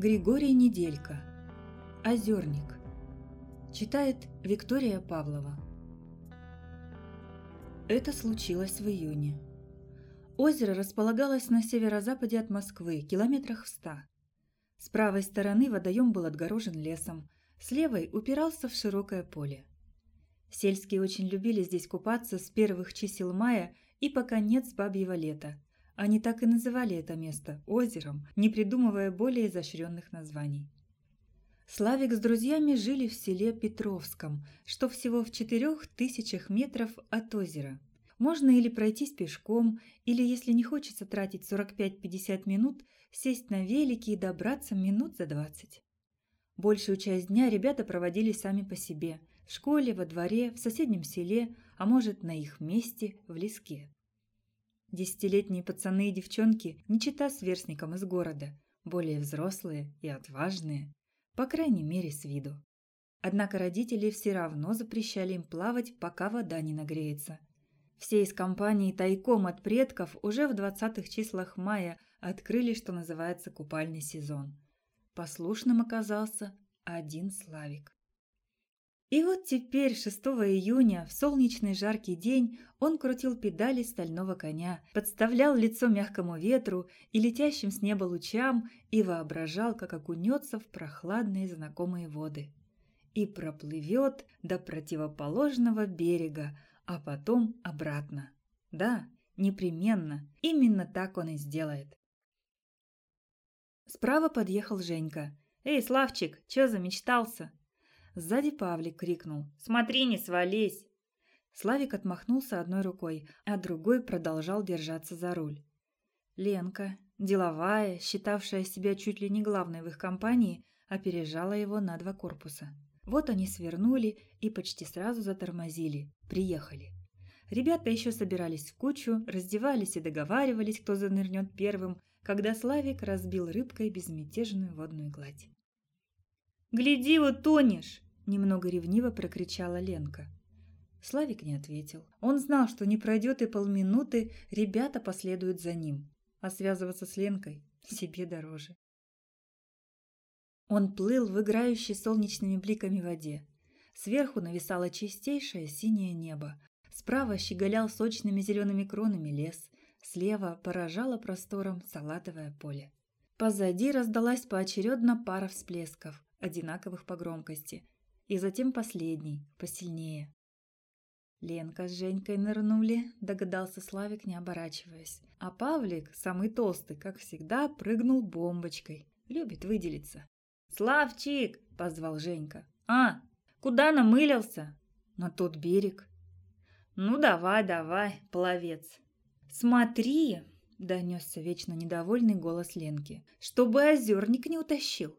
Григорий Неделько. Озерник. Читает Виктория Павлова. Это случилось в июне. Озеро располагалось на северо-западе от Москвы, километрах в 100. С правой стороны водоем был отгорожен лесом, с левой упирался в широкое поле. Сельские очень любили здесь купаться с первых чисел мая и по конец бабьего лета. Они так и называли это место озером, не придумывая более изощренных названий. Славик с друзьями жили в селе Петровском, что всего в 4000 метров от озера. Можно или пройтись пешком, или, если не хочется тратить 45-50 минут, сесть на велике и добраться минут за 20. Большую часть дня ребята проводили сами по себе, в школе, во дворе, в соседнем селе, а может, на их месте в леске. 10-летние пацаны и девчонки не чета сверстникам из города, более взрослые и отважные, по крайней мере с виду. Однако родители все равно запрещали им плавать, пока вода не нагреется. Все из компании тайком от предков уже в 20-х числах мая открыли, что называется, купальный сезон. Послушным оказался один Славик. И вот теперь, 6 июня, в солнечный жаркий день, он крутил педали стального коня, подставлял лицо мягкому ветру и летящим с неба лучам и воображал, как окунется в прохладные знакомые воды. И проплывет до противоположного берега, а потом обратно. Да, непременно, именно так он и сделает. Справа подъехал Женька. «Эй, Славчик, чё замечтался?» Сзади Павлик крикнул: «Смотри, не свались!» Славик отмахнулся одной рукой, а другой продолжал держаться за руль. Ленка, деловая, считавшая себя чуть ли не главной в их компании, опережала его на 2 корпуса. Вот они свернули и почти сразу затормозили, приехали. Ребята еще собирались в кучу, раздевались и договаривались, кто занырнет первым, когда Славик разбил рыбкой безмятежную водную гладь. «Гляди, вот тонешь!» – немного ревниво прокричала Ленка. Славик не ответил. Он знал, что не пройдет и полминуты, ребята последуют за ним. А связываться с Ленкой себе дороже. Он плыл в играющей солнечными бликами воде. Сверху нависало чистейшее синее небо. Справа щеголял сочными зелеными кронами лес. Слева поражало простором салатовое поле. Позади раздалась поочередно пара всплесков, одинаковых по громкости, и затем последний, посильнее. Ленка с Женькой нырнули, догадался Славик, не оборачиваясь. А Павлик, самый толстый, как всегда, прыгнул бомбочкой. Любит выделиться. «Славчик!» – позвал Женька. «А, куда намылился?» «На тот берег». «Ну давай, пловец». «Смотри!» – донесся вечно недовольный голос Ленки. «Чтобы озерник не утащил».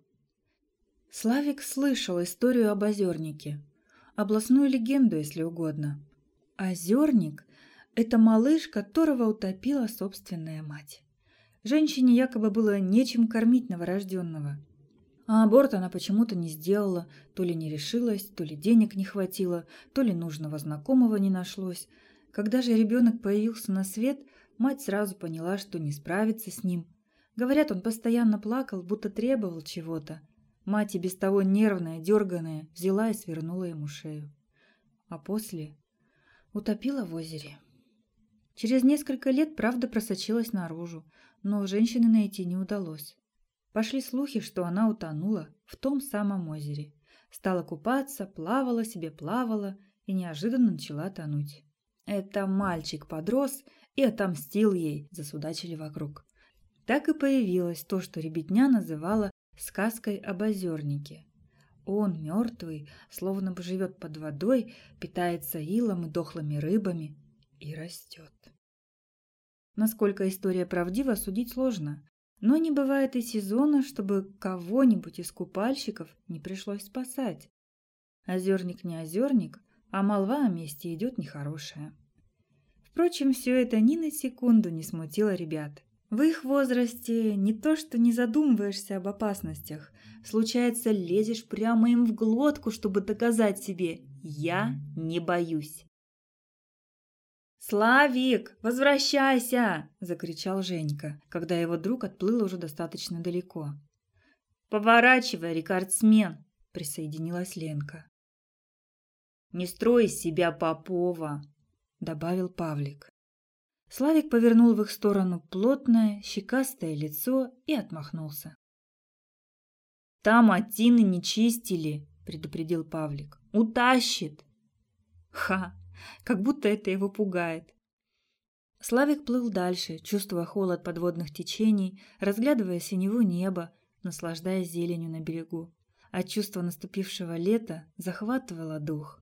Славик слышал историю об озернике. Областную легенду, если угодно. Озерник – это малыш, которого утопила собственная мать. Женщине якобы было нечем кормить новорожденного. А аборт она почему-то не сделала, то ли не решилась, то ли денег не хватило, то ли нужного знакомого не нашлось. Когда же ребенок появился на свет, мать сразу поняла, что не справится с ним. Говорят, он постоянно плакал, будто требовал чего-то. Мать и без того нервная, дерганая, взяла и свернула ему шею. А после утопила в озере. Через несколько лет правда просочилась наружу, но женщины найти не удалось. Пошли слухи, что она утонула в том самом озере. Стала купаться, плавала себе, плавала и неожиданно начала тонуть. Это мальчик подрос и отомстил ей, засудачили вокруг. Так и появилось то, что ребятня называла сказкой об озернике. Он, мертвый, словно бы живет под водой, питается илом и дохлыми рыбами и растет. Насколько история правдива, судить сложно, но не бывает и сезона, чтобы кого-нибудь из купальщиков не пришлось спасать. Озерник не озерник, а молва о месте идет нехорошая. Впрочем, все это ни на секунду не смутило ребят. В их возрасте не то что не задумываешься об опасностях, случается, лезешь прямо им в глотку, чтобы доказать себе: «Я не боюсь». «Славик, возвращайся!» – закричал Женька, когда его друг отплыл уже достаточно далеко. «Поворачивай, рекордсмен!» – присоединилась Ленка. «Не строй из себя Попова!» – добавил Павлик. Славик повернул в их сторону плотное, щекастое лицо и отмахнулся. «Там отины не чистили!» – предупредил Павлик. «Утащит!» Ха! Как будто это его пугает. Славик плыл дальше, чувствуя холод подводных течений, разглядывая синеву неба, наслаждаясь зеленью на берегу. От чувства наступившего лета захватывало дух.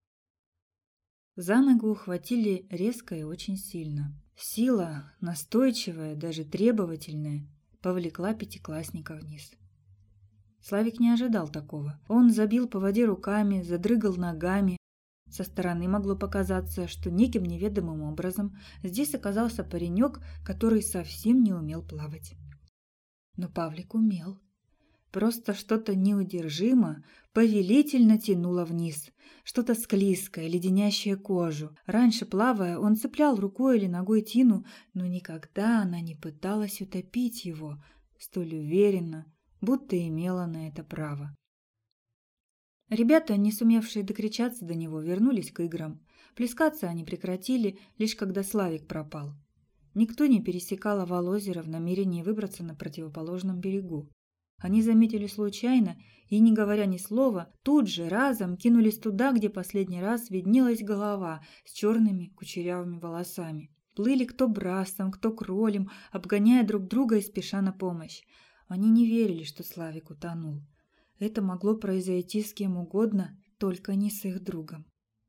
За ногу ухватили резко и очень сильно. Сила, настойчивая, даже требовательная, повлекла пятиклассника вниз. Славик не ожидал такого. Он забил по воде руками, задрыгал ногами. Со стороны могло показаться, что неким неведомым образом здесь оказался паренек, который совсем не умел плавать. Но Павлик умел. Просто что-то неудержимо, повелительно тянуло вниз. Что-то склизкое, леденящее кожу. Раньше, плавая, он цеплял рукой или ногой тину, но никогда она не пыталась утопить его столь уверенно, будто имела на это право. Ребята, не сумевшие докричаться до него, вернулись к играм. Плескаться они прекратили, лишь когда Славик пропал. Никто не пересекал овал озера в намерении выбраться на противоположном берегу. Они заметили случайно и, не говоря ни слова, тут же разом кинулись туда, где последний раз виднелась голова с черными кучерявыми волосами. Плыли кто брасом, кто кролем, обгоняя друг друга и спеша на помощь. Они не верили, что Славик утонул. Это могло произойти с кем угодно, только не с их другом.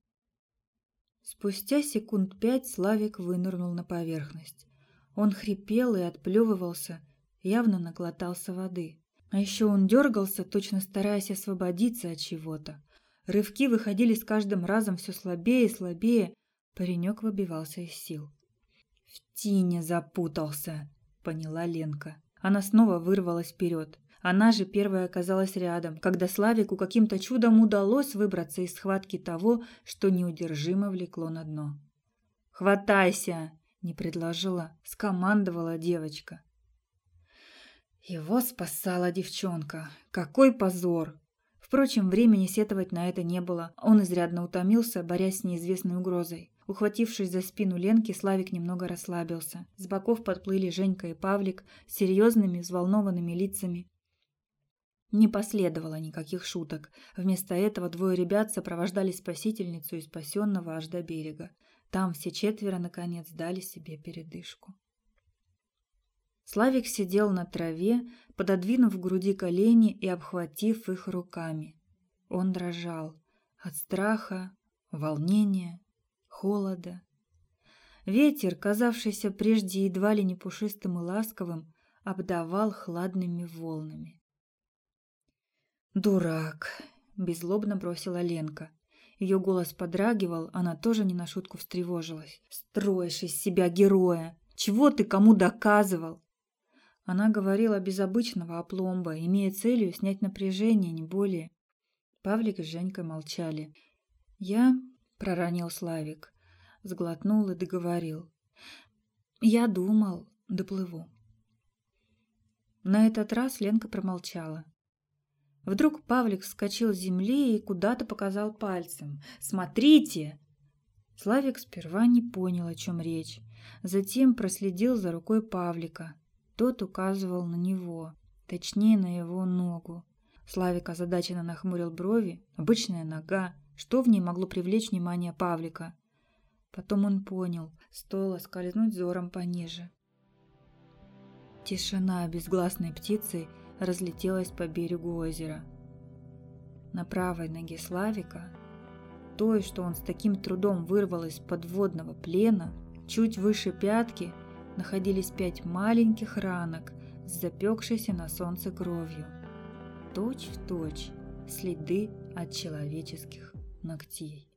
Спустя секунд 5 Славик вынырнул на поверхность. Он хрипел и отплевывался, явно наглотался воды. А еще он дергался, точно стараясь освободиться от чего-то. Рывки выходили с каждым разом все слабее и слабее. Паренек выбивался из сил. «В тине запутался», — поняла Ленка. Она снова вырвалась вперед. Она же первая оказалась рядом, когда Славику каким-то чудом удалось выбраться из схватки того, что неудержимо влекло на дно. «Хватайся!» — не предложила, скомандовала девочка. Его спасала девчонка. Какой позор! Впрочем, времени сетовать на это не было. Он изрядно утомился, борясь с неизвестной угрозой. Ухватившись за спину Ленки, Славик немного расслабился. С боков подплыли Женька и Павлик с серьезными, взволнованными лицами. Не последовало никаких шуток. Вместо этого двое ребят сопровождали спасительницу и спасенного аж до берега. Там все четверо, наконец, дали себе передышку. Славик сидел на траве, пододвинув к груди колени и обхватив их руками. Он дрожал от страха, волнения, холода. Ветер, казавшийся прежде едва ли не пушистым и ласковым, обдавал хладными волнами. «Дурак!» – беззлобно бросила Ленка. Ее голос подрагивал, она тоже не на шутку встревожилась. «Строишь из себя героя! Чего ты кому доказывал?» Она говорила без обычного опломба, имея целью снять напряжение, не более. Павлик и Женька молчали. «Я...» – проронил Славик, сглотнул и договорил. «Я думал, доплыву». На этот раз Ленка промолчала. Вдруг Павлик вскочил с земли и куда-то показал пальцем. «Смотрите!» Славик сперва не понял, о чем речь. Затем проследил за рукой Павлика. Тот указывал на него, точнее на его ногу. Славик озадаченно нахмурил брови. Обычная нога. Что в ней могло привлечь внимание Павлика? Потом он понял. Стоило скользнуть взором пониже. Тишина безгласной птицей разлетелась по берегу озера. На правой ноге Славика, той, что он с таким трудом вырвал из подводного плена, чуть выше пятки, находились 5 маленьких ранок с запекшейся на солнце кровью. Точь в точь следы от человеческих ногтей.